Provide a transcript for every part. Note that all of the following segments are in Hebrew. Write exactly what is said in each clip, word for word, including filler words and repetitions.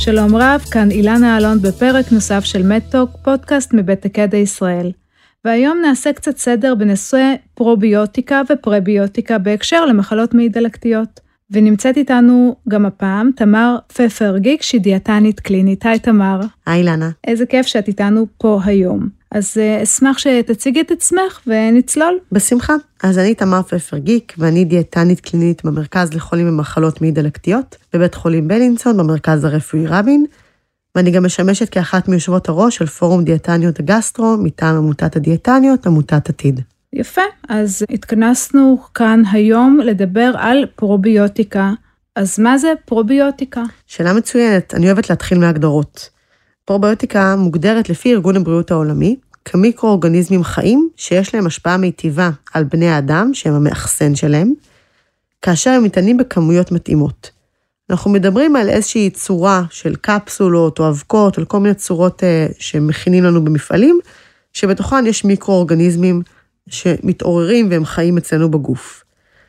שלום רב, כאן אילנה אלון בפרק נוסף של מדטוק, פודקאסט מבית הקדע ישראל. והיום נעשה קצת סדר בנושא פרוביוטיקה ופרביוטיקה בהקשר למחלות מעי דלקתיות. ונמצאת איתנו גם הפעם תמר פפר-גיק, שהיא דיאטנית קלינית. היי תמר. היי אילנה. איזה כיף שאת איתנו פה היום. אז אשמח שתציגי את עצמך ונצלול. בשמחה. אז אני תמר פפר-גיק, ואני דיאטנית קלינית במרכז לחולים במחלות מעי דלקתיות, בבית חולים בלינסון, במרכז הרפואי רבין, ואני גם משמשת כאחת מיושבות הראש של פורום דיאטניות הגסטרו, מטעם עמותת הדיאטניות, עמותת עתיד. יפה, אז התכנסנו כאן היום לדבר על פרוביוטיקה. אז מה זה פרוביוטיקה? שאלה מצוינת, אני אוהבת להתחיל מהגדרות. פרוביוטיקה מוגדרת לפי ארגון הבריאות העולמי, כמיקרואורגניזמים חיים שיש להם השפעה מיטיבה על בני האדם, שהם המאחסן שלהם, כאשר הם ניתנים בכמויות מתאימות. אנחנו מדברים על איזושהי צורה של קפסולות או אבקות, או כל מיני צורות שמכינים לנו במפעלים, שבתוכן יש מיקרואורגניזמים שמתעוררים והם חיים אצלנו בגוף.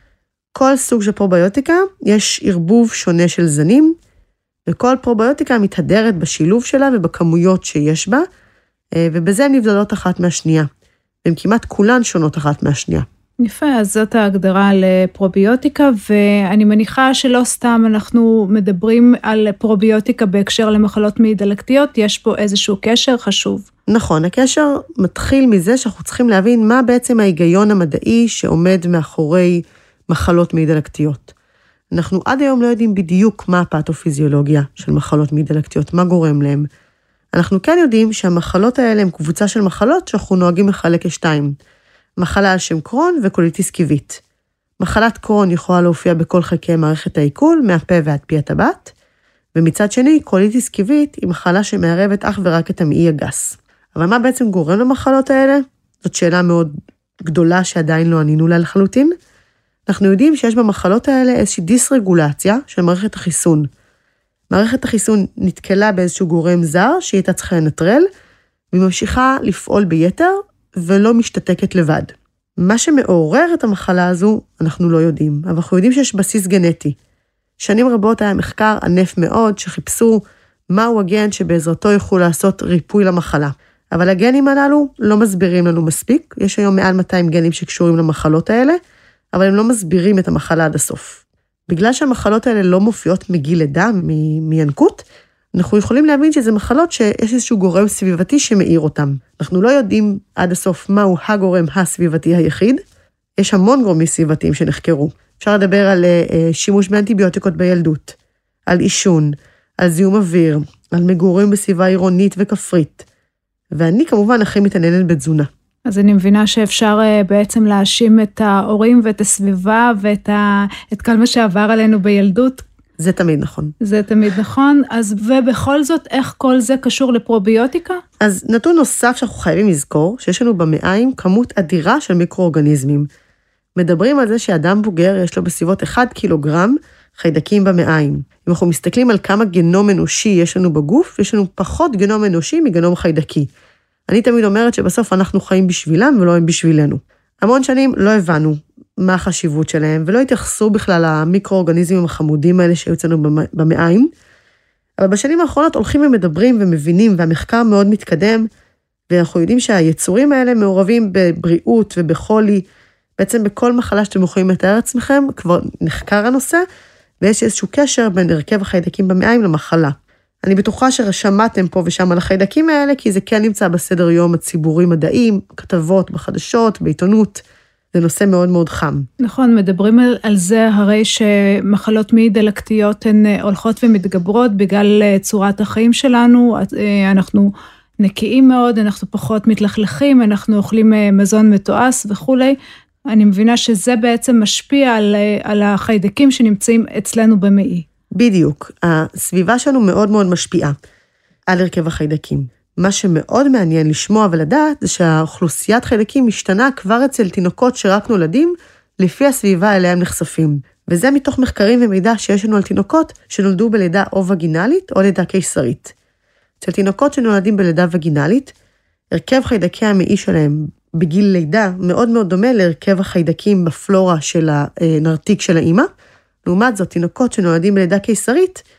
כל סוג של פרוביוטיקה יש ערבוב שונה של זנים, וכל פרוביוטיקה מתהדרת בשילוב שלה ובכמויות שיש בה, ובזה הן נבדלות אחת מהשנייה. והן כמעט כולן שונות אחת מהשנייה. יפה, אז זאת ההגדרה לפרוביוטיקה, ואני מניחה שלא סתם אנחנו מדברים על פרוביוטיקה בהקשר למחלות מעי דלקתיות, יש פה איזשהו קשר חשוב. נכון, הקשר מתחיל מזה שאנחנו צריכים להבין מה בעצם ההיגיון המדעי שעומד מאחורי מחלות מעי דלקתיות. אנחנו עד היום לא יודעים בדיוק מה הפתופיזיולוגיה של מחלות מעי דלקתיות, מה גורם להם. אנחנו כן יודעים שהמחלות האלה הן קבוצה של מחלות שאנחנו נוהגים לחלק לשתיים. מחלה על שם קרון וקוליטיס קיבית. מחלת קרון יכולה להופיע בכל חלקי מערכת העיכול, מהפה ועד פי הטבעת, ומצד שני, קוליטיס קיבית היא מחלה שמערבת אך ורק את המעי הגס. אבל מה בעצם גורם למחלות האלה? זאת שאלה מאוד גדולה שעדיין לא ענינו לה לחלוטין. אנחנו יודעים שיש במחלות האלה איזושהי דיסרגולציה של מערכת החיסון. מערכת החיסון נתקלה באיזשהו גורם זר שהיא הייתה צריכה לנטרל, והיא ממשיכה לפעול ביתר ולא משתתקת לבד. מה שמעורר את המחלה הזו אנחנו לא יודעים, אבל אנחנו יודעים שיש בסיס גנטי. שנים רבות היה מחקר ענף מאוד שחיפשו מהו הגן שבעזרתו יוכלו לעשות ריפוי למחלה. אבל הגנים הללו לא מסבירים לנו מספיק, יש היום מעל מאתיים גנים שקשורים למחלות האלה, אבל הם לא מסבירים את המחלה עד הסוף. בגלל שהמחלות האלה לא מופיעות מגיל לידה, מינקות, אנחנו יכולים להבין שזה מחלות שיש איזשהו גורם סביבתי שמאיר אותם. אנחנו לא יודעים עד הסוף מהו הגורם הסביבתי היחיד, יש המון גורמים סביבתיים שנחקרו. אפשר לדבר על שימוש באנטיביוטיקות בילדות, על עישון, על זיהום אוויר, על מגורים בסביבה עירונית וכפרית, ואני כמובן הכי מתעניינת בתזונה. אז אני מבינה שאפשר בעצם להאשים את ההורים ואת הסביבה ואת ה... את כל מה שעבר עלינו בילדות. זה תמיד נכון. זה תמיד נכון. אז ובכל זאת, איך כל זה קשור לפרוביוטיקה? אז נתון נוסף שאנחנו חייבים לזכור, שיש לנו במעיים כמות אדירה של מיקרואורגניזמים. מדברים על זה שאדם בוגר יש לו בסביבות אחד קילוגרם חיידקים במעיים. אם אנחנו מסתכלים על כמה גנום אנושי יש לנו בגוף, יש לנו פחות גנום אנושי מגנום חיידקי. אני תמיד אומרת שבסוף אנחנו חיים בשבילם ולא הם בשבילנו. המון שנים לא הבנו מה החשיבות שלהם, ולא התייחסו בכלל למיקרואורגניזמים החמודים האלה שהיו אצלנו במעיים, אבל בשנים האחרונות הולכים ומדברים ומבינים, והמחקר מאוד מתקדם, ואנחנו יודעים שהיצורים האלה מעורבים בבריאות ובחולי, בעצם בכל מחלה שאתם יכולים לתאר עצמכם, כבר נחקר הנושא, ויש איזשהו קשר בין הרכב החיידקים במעיים למחלה. אני בטוחה ששמעתם פה ושם על החיידקים האלה, כי זה כן נמצא בסדר יום הציבורי מדעים, כתבות בחדשות, בעיתונות, זה נושא מאוד מאוד חם. נכון, מדברים על, על זה הרי שמחלות מעי דלקתיות הן הולכות ומתגברות בגלל צורת החיים שלנו, אנחנו נקיים מאוד, אנחנו פחות מתלכלכים, אנחנו אוכלים מזון מתועש וכולי. אני מבינה שזה בעצם משפיע על, על החיידקים שנמצאים אצלנו במעי. בדיוק, הסביבה שלנו מאוד מאוד משפיעה על הרכב החיידקים. מה שמאוד מעניין לשמוע ולדעת, זה שהאוכלוסיית חיידקים משתנה כבר אצל תינוקות שרק נולדים, לפי הסביבה אליה הם נחשפים. וזה מתוך מחקרים ומידע שיש לנו על תינוקות שנולדו בלידה או וגינלית או לידה קיסרית. אצל תינוקות שנולדים בלידה וגינלית, הרכב חיידקי המעי שלהם בגיל לידה מאוד מאוד דומה להרכב החיידקים בפלורה של הנרתיק של האמא. לעומת זאת, תינוקות שנולדים בלידה קיסרית,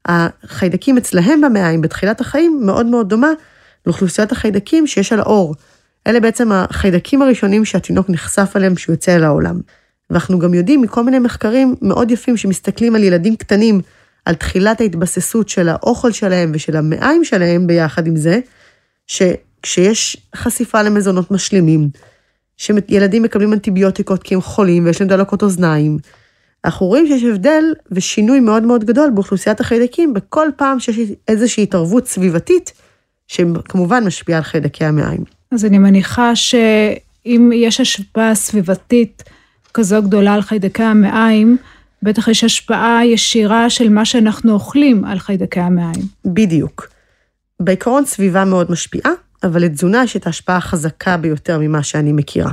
החיידקים אצלהם במעיים בתחילת החיים מאוד מאוד דומה לאוכלוסיית החיידקים שיש על האור. אלה בעצם החיידקים הראשונים שהתינוק נחשף עליהם כשהוא יוצא אל העולם. ואנחנו גם יודעים מכל מיני מחקרים מאוד יפים שמסתכלים על ילדים קטנים, על תחילת ההתבססות של האוכל שלהם ושל המעיים שלהם ביחד עם זה, שכשיש חשיפה למזונות משלימים, שילדים מקבלים אנטיביוטיקות כי הם חולים ויש להם דלקות אוזניים, אנחנו רואים שיש הבדל ושינוי מאוד מאוד גדול באוכלוסיית החיידקים, בכל פעם שיש איזושהי התערבות סביבתית, שכמובן משפיעה על חיידקי המעיים. אז אני מניחה שאם יש השפעה סביבתית כזו גדולה על חיידקי המעיים, בטח יש השפעה ישירה של מה שאנחנו אוכלים על חיידקי המעיים. בדיוק. בעיקרון סביבה מאוד משפיעה, אבל לתזונה יש את ההשפעה החזקה ביותר ממה שאני מכירה.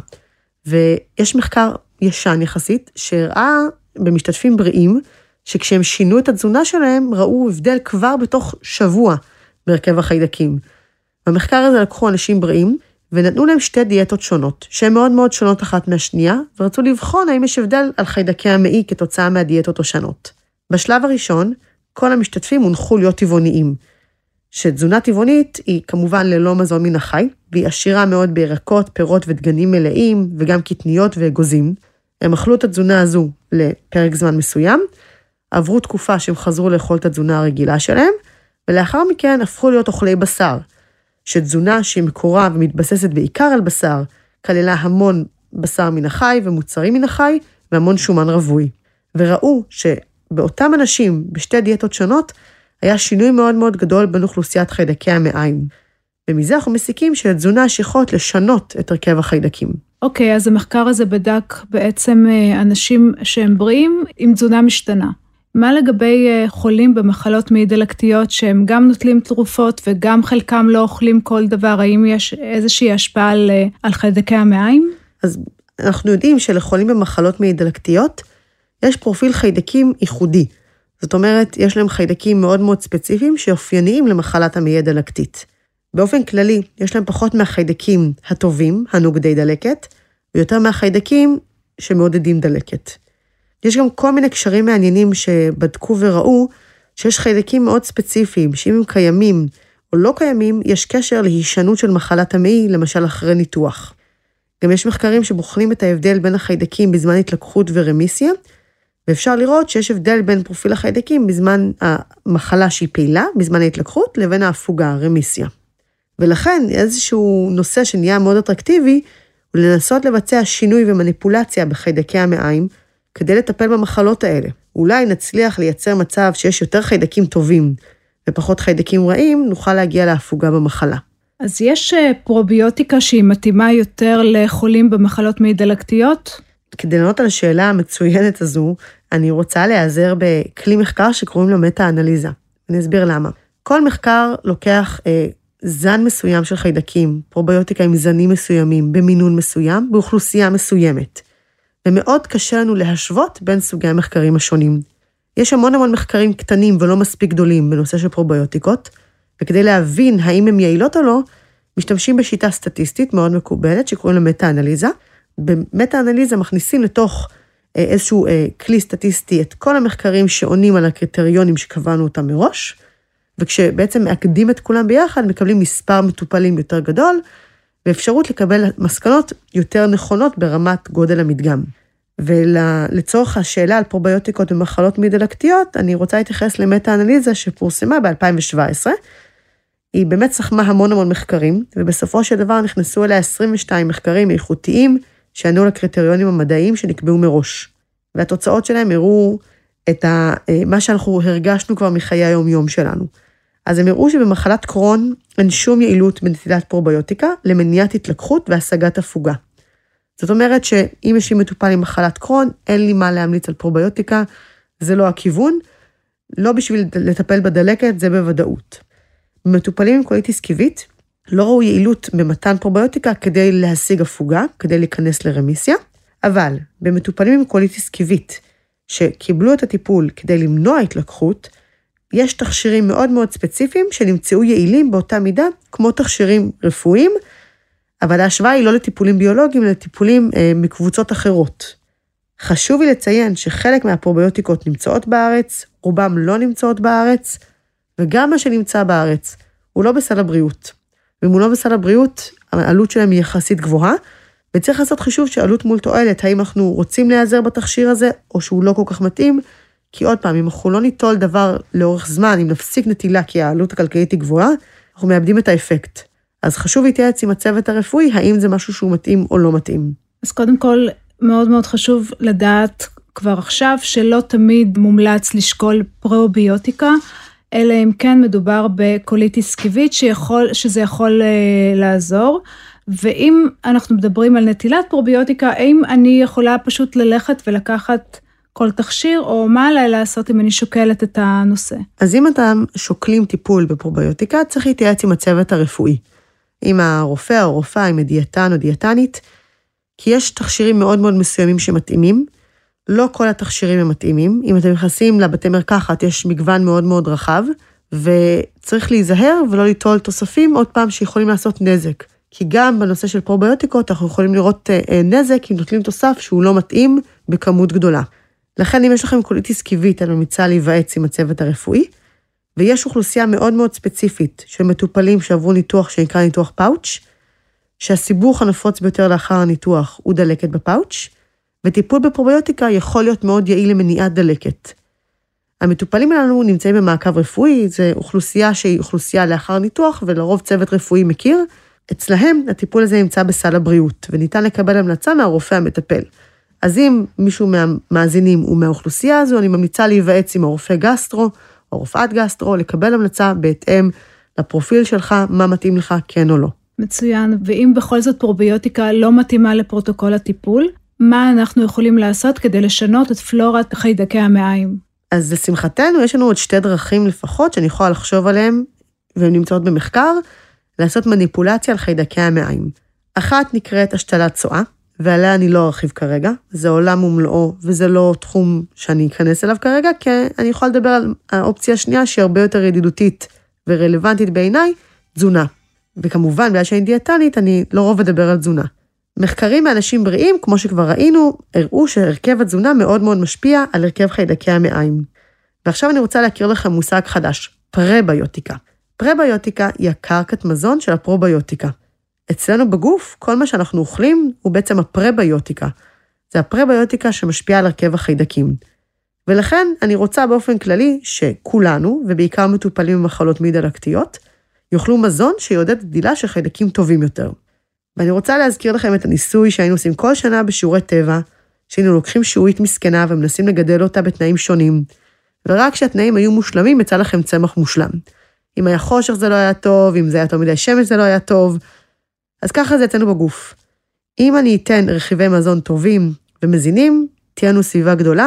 ויש מחקר ישן יחסית, שהראה במשתתפים בריאים, שכשהם שינו את התזונה שלהם, ראו הבדל כבר בתוך שבוע בהרכב החיידקים. במחקר הזה לקחו אנשים בריאים, ונתנו להם שתי דיאטות שונות, שהן מאוד מאוד שונות אחת מהשנייה, ורצו לבחון האם יש הבדל על חיידקי המעי כתוצאה מהדיאטות השונות. בשלב הראשון, כל המשתתפים הונחו להיות טבעוניים, שתזונה טבעונית היא כמובן ללא מזון מן החי, והיא עשירה מאוד בירקות, פירות ודגנים מלאים, וגם קטניות ואגוזים. הם אכלו את התזונה הזו לפרק זמן מסוים, עברו תקופה שהם חזרו לאכול את התזונה הרגילה שלהם, ולאחר מכן הפכו להיות אוכלי בשר, שתזונה שהיא מקורה ומתבססת בעיקר על בשר, כללה המון בשר מן החי ומוצרים מן החי, והמון שומן רווי. וראו שבאותם אנשים, בשתי דיאטות שונות, היה שינוי מאוד מאוד גדול בין אוכלוסיית חיידקי המעיים. ומזה אנחנו מסיקים שלתזונה יש יכולת לשנות את הרכב החיידקים. אוקיי, אז המחקר הזה בדק בעצם אנשים שהם בריאים עם תזונה משתנה. מה לגבי חולים במחלות מעי דלקתיות שהם גם נוטלים תרופות וגם חלקם לא אוכלים כל דבר? האם יש איזושהי השפעה על, על חיידקי המעיים? אז אנחנו יודעים שלחולים במחלות מעי דלקתיות יש פרופיל חיידקים ייחודי. זאת אומרת, יש להם חיידקים מאוד מאוד ספציפיים שאופייניים למחלת המעי הדלקתית. באופן כללי, יש להם פחות מהחיידקים הטובים, הנוגדי דלקת, ויותר מהחיידקים שמעודדים דלקת. יש גם כל מיני קשרים מעניינים שבדקו וראו שיש חיידקים מאוד ספציפיים, שאם הם קיימים או לא קיימים, יש קשר להישנות של מחלת המעי, למשל אחרי ניתוח. גם יש מחקרים שבוחנים את ההבדל בין החיידקים בזמן התלקחות ורמיסיה, ואפשר לראות שיש הבדל בין פרופיל החיידקים בזמן המחלה שהיא פעילה, בזמן ההתלקחות, לבין ההפוגה, הרמיסיה. ולכן איזשהו נושא שנהיה מאוד אטרקטיבי, הוא לנסות לבצע שינוי ומניפולציה בחיידקי המעיים, כדי לטפל במחלות האלה. אולי נצליח לייצר מצב שיש יותר חיידקים טובים, ופחות חיידקים רעים, נוכל להגיע להפוגה במחלה. אז יש פרוביוטיקה שהיא מתאימה יותר לחולים במחלות מעי דלקתיות? כדי לענות על השאלה המצוינת הזו, אני רוצה להיעזר בכלי מחקר שקוראים לו מטה-אנליזה. אני אסביר למה. כל מחקר לוקח אה, זן מסוים של חיידקים, פרוביוטיקה עם זנים מסוימים, במינון מסוים, באוכלוסייה מסוימת. ומאוד קשה לנו להשוות בין סוגי המחקרים השונים. יש המון המון מחקרים קטנים ולא מספיק גדולים בנושא של פרוביוטיקות, וכדי להבין האם הם יעילות או לא, משתמשים בשיטה סטטיסטית מאוד מקובלת, שקוראים לה מטה-אנליזה. במטה-אנליזה מכניסים לתוך איזשהו כלי סטטיסטי את כל המחקרים שעונים על הקריטריונים שקבענו אותם מראש, וכשבעצם מאקדים את כולם ביחד, מקבלים מספר מטופלים יותר גדול, ואפשרות לקבל מסקנות יותר נכונות ברמת גודל המדגם. ולצורך השאלה על פרוביוטיקות ומחלות מעי דלקתיות, אני רוצה להתייחס למטה-אנליזה שפורסמה ב-אלפיים שבע עשרה. היא באמת סכמה המון המון מחקרים, ובסופו של דבר נכנסו אליה עשרים ושניים מחקרים איכותיים, שענו לקריטריונים המדעיים שנקבעו מראש. והתוצאות שלהם הראו את ה, מה שאנחנו הרגשנו כבר מחיי היום-יום שלנו. אז הם הראו שבמחלת קרון אין שום יעילות בנטילת פרוביוטיקה למניעת התלקחות והשגת הפוגה. זאת אומרת שאם יש לי מטופל עם מחלת קרון, אין לי מה להמליץ על פרוביוטיקה, זה לא הכיוון, לא בשביל לטפל בדלקת, זה בוודאות. במטופלים עם קוליטיס קיבית, לא ראו יעילות במתן פרוביוטיקה כדי להשיג הפוגה, כדי להיכנס לרמיסיה, אבל במטופלים עם קוליטיס קיבית, שקיבלו את הטיפול כדי למנוע התלקחות, יש תכשירים מאוד מאוד ספציפיים שנמצאו יעילים באותה מידה, כמו תכשירים רפואיים, אבל ההשוואה היא לא לטיפולים ביולוגיים, אלא לטיפולים אה, מקבוצות אחרות. חשוב לי לציין שחלק מהפרוביוטיקות נמצאות בארץ, רובם לא נמצאות בארץ, וגם מה שנמצא בארץ, הוא לא בסל הבריאות. ואם הוא לא בסל הבריאות, העלות שלהם היא יחסית גבוהה, וצריך לעשות חישוב שעלות מול תועלת, האם אנחנו רוצים להיעזר בתכשיר הזה, או שהוא לא כל כך מתאים, כי עוד פעם, אם אנחנו לא ניטול דבר לאורך זמן, אם נפסיק נטילה כי העלות הכלכלית היא גבוהה, אנחנו מאבדים את האפקט. אז חשוב להתייעץ עם הצוות הרפואי, האם זה משהו שהוא מתאים או לא מתאים. אז קודם כל, מאוד מאוד חשוב לדעת כבר עכשיו, שלא תמיד מומלץ לשקול פרוביוטיקה, אלא אם כן מדובר בקוליטיס קיבית, שיכול, שזה יכול uh, לעזור, ואם אנחנו מדברים על נטילת פרוביוטיקה, האם אני יכולה פשוט ללכת ולקחת כל תכשיר, או מה עליי לעשות אם אני שוקלת את הנושא? אז אם אתם שוקלים טיפול בפרוביוטיקה, צריך להתייעץ עם הצוות הרפואי, עם הרופא או רופאה, עם דיאטן או דיאטנית, כי יש תכשירים מאוד מאוד מסוימים שמתאימים, לא כל התכשירים הם מתאימים, אם אתם נכנסים לבתי מרקחת, יש מגוון מאוד מאוד רחב, וצריך להיזהר ולא ליטול תוספים עוד פעם שיכולים לעשות נזק. כי גם בנושא של פרוביוטיקות, אנחנו יכולים לראות נזק אם נוטלים תוסף שהוא לא מתאים בכמות גדולה. לכן אם יש לכם קוליטיס קיבית, אני ממליצה להיוועץ עם הצוות הרפואי, ויש אוכלוסייה מאוד מאוד ספציפית של מטופלים שעברו ניתוח שנקרא ניתוח פאוץ', שהסיבוך הנפוץ ביותר לאחר הניתוח הוא דלקת בפאוץ', וטיפול בפרוביוטיקה יכול להיות מאוד יעיל למניעת דלקת. המטופלים האלו נמצאים במעקב רפואי, זה אוכלוסייה שהיא אוכלוסייה לאחר ניתוח, ולרוב צוות רפואי מכיר. אצלהם הטיפול הזה נמצא בסל הבריאות, וניתן לקבל המלצה מהרופא המטפל. אז אם מישהו מהמאזינים הוא מהאוכלוסייה הזו, אני ממליצה להיוועץ עם הרופא גסטרו, או רופאת גסטרו, לקבל המלצה בהתאם לפרופיל שלך, מה מתאים לך, כן או לא. מצוין, ואם בכל זאת פרוביוטיקה לא מתאימה לפרוטוקול הטיפול, מה אנחנו יכולים לעשות כדי לשנות את פלורת חיידקי המעיים? אז לשמחתנו, יש לנו עוד שתי דרכים לפחות, שאני יכולה לחשוב עליהן, והן נמצאות במחקר, לעשות מניפולציה על חיידקי המעיים. אחת נקראת השתלת צואה, ועליה אני לא ארחיב כרגע, זה עולם ומלואו, וזה לא תחום שאני אכנס אליו כרגע, כי אני יכולה לדבר על האופציה השנייה, שהיא הרבה יותר ידידותית ורלוונטית בעיניי, תזונה. וכמובן, בגלל שאני דיאטנית, אני לא רוב לדבר על תזונה. מחקרים מאנשים בריאים, כמו שכבר ראינו, הראו שהרכב התזונה מאוד מאוד משפיע על הרכב חיידקי המעיים. ועכשיו אני רוצה להכיר לכם מושג חדש, פרביוטיקה. פרביוטיקה היא הקרקעת מזון של הפרוביוטיקה. אצלנו בגוף, כל מה שאנחנו אוכלים הוא בעצם הפרביוטיקה. זה הפרביוטיקה שמשפיעה על הרכב החיידקים. ולכן אני רוצה באופן כללי שכולנו, ובעיקר מטופלים במחלות מעי דלקתיות, יאכלו מזון שיעודד גדילה של חיידקים טובים יותר. ואני רוצה להזכיר לכם את הניסוי שהיינו עושים כל שנה בשיעורי טבע, שהיינו לוקחים שעועית מסכנה ומנסים לגדל אותה בתנאים שונים, ורק כשהתנאים היו מושלמים, יצא לכם צמח מושלם. אם היה חושך זה לא היה טוב, אם זה היה תמיד שמש זה לא היה טוב, אז ככה זה אצלנו בגוף. אם אני אתן רכיבי מזון טובים ומזינים, תהיה לנו סביבה גדולה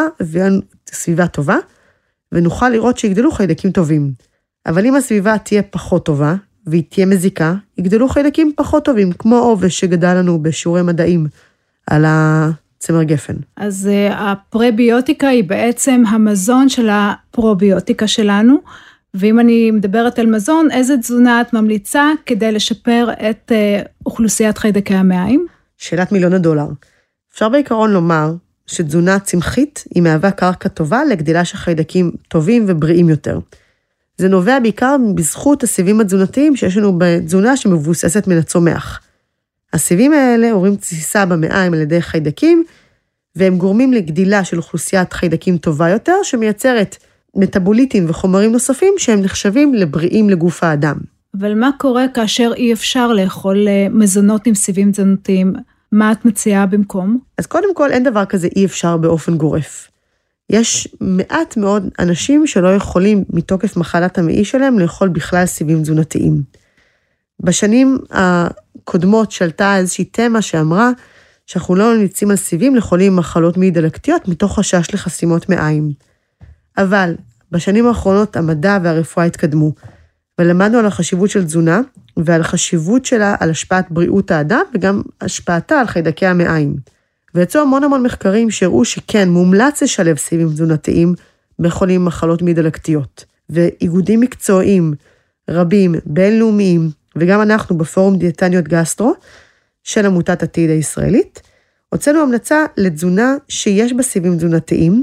וסביבה טובה, ונוכל לראות שיגדלו חיידקים טובים. אבל אם הסביבה תהיה פחות טובה, והיא תהיה מזיקה, יגדלו חיידקים פחות טובים, כמו עובש שגדל לנו בשיעורי מדעים על הצמר גפן. אז uh, הפרביוטיקה היא בעצם המזון של הפרוביוטיקה שלנו, ואם אני מדברת על מזון, איזה תזונה את ממליצה כדי לשפר את uh, אוכלוסיית חיידקי המעיים? שאלת מיליון הדולר. אפשר בעיקרון לומר שתזונה צמחית היא מהווה קרקע טובה לגדילה של חיידקים טובים ובריאים יותר. זה נובע בעיקר בזכות הסיבים התזונתיים שיש לנו בתזונה שמבוססת מן הצומח. הסיבים האלה עוברים תסיסה במעיים על ידי חיידקים, והם גורמים לגדילה של אוכלוסיית חיידקים טובה יותר, שמייצרת מטאבוליטים וחומרים נוספים שהם נחשבים לבריאים לגוף האדם. אבל מה קורה כאשר אי אפשר לאכול מזונות עם סיבים תזונתיים? מה את מציעה במקום? אז קודם כל אין דבר כזה אי אפשר באופן גורף. יש מעט מאוד אנשים שלא יכולים מתוקף מחלת המעי שלהם לאכול בכלל סיבים תזונתיים. בשנים הקודמות שלטה איזושהי תמה שאמרה שאנחנו לא ממליצים על סיבים לחולים מחלות מעי דלקתיות מתוך חשש לחסימות מעיים. אבל בשנים האחרונות המדע והרפואה התקדמו, ולמדנו על החשיבות של תזונה ועל החשיבות שלה על השפעת בריאות האדם וגם השפעתה על חיידקי המעיים. ויצאו המון המון מחקרים שהראו שכן, מומלץ לשלב סיבים תזונתיים בחולים מחלות מעי דלקתיות. ואיגודים מקצועיים רבים, בינלאומיים, וגם אנחנו בפורום דיאטניות גסטרו של עמותת עתיד הישראלית, הוצאנו המלצה לתזונה שיש בה סיבים תזונתיים,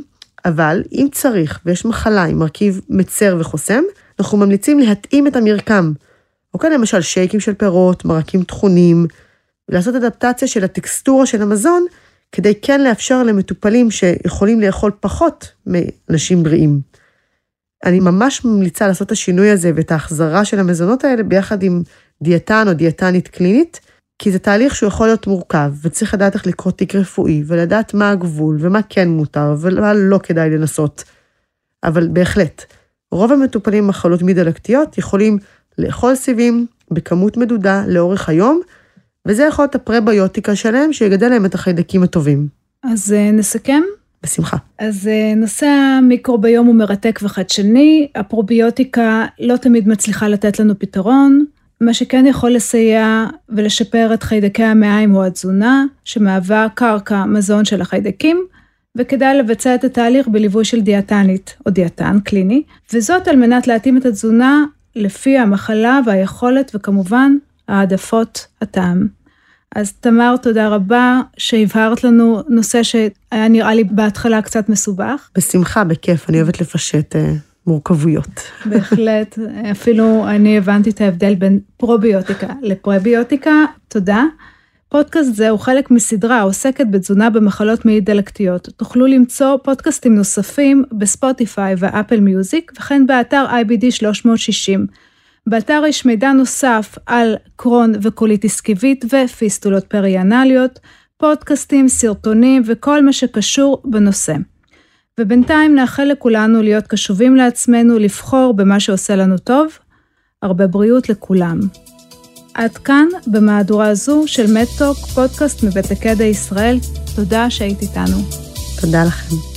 אבל אם צריך ויש מחלה עם מרכיב מצר וחוסם, אנחנו ממליצים להתאים את המרקם. אוקיי, למשל שייקים של פירות, מרקים טחונים, לעשות אדפטציה של הטקסטורה של המזון, כדי כן לאפשר למטופלים שיכולים לאכול פחות מאנשים בריאים. אני ממש ממליצה לעשות את השינוי הזה ואת ההחזרה של המזונות האלה ביחד עם דיאטן או דיאטנית קלינית, כי זה תהליך שהוא יכול להיות מורכב, וצריך לדעת איך לקרוא תיק רפואי, ולדעת מה הגבול, ומה כן מותר, ומה לא כדאי לנסות. אבל בהחלט, רוב המטופלים מחלות מעי דלקתיות יכולים לאכול סיבים בכמות מדודה לאורך היום, וזה יכול להיות הפרביוטיקה שלהם, שיגדל להם את החיידקים הטובים. אז נסכם? בשמחה. אז נושא המיקרוביום הוא מרתק וחדשני, הפרוביוטיקה לא תמיד מצליחה לתת לנו פתרון, מה שכן יכול לסייע ולשפר את חיידקי המעיים הוא התזונה, שמהווה קרקע מזון של החיידקים, וכדאי לבצע את התהליך בליווי של דיאטנית או דיאטן קליני, וזאת על מנת להתאים את התזונה לפי המחלה והיכולת, וכמובן העדפות הטעם. אז תמר, תודה רבה שהבהרת לנו נושא שהיה נראה לי בהתחלה קצת מסובך. בשמחה, בכיף, אני אוהבת לפשט אה, מורכבויות. בהחלט, אפילו אני הבנתי את ההבדל בין פרוביוטיקה לפרביוטיקה, תודה. פודקאסט זה הוא חלק מסדרה העוסקת בתזונה במחלות מעי דלקתיות. תוכלו למצוא פודקאסטים נוספים בספוטיפיי ואפל מיוזיק, וכן באתר איי בי די שלוש מאות שישים. באתר יש מידע נוסף על קרון וקוליטיס קיבית ופיסטולות פריאנליות, פודקאסטים, סרטונים וכל מה שקשור בנושא. ובינתיים נאחל לכולנו להיות קשובים לעצמנו, לבחור במה שעושה לנו טוב. הרבה בריאות לכולם. עד כאן במהדורה זו של מדטוק, פודקאסט מבית לקדע ישראל. תודה שהיית איתנו. תודה לכם.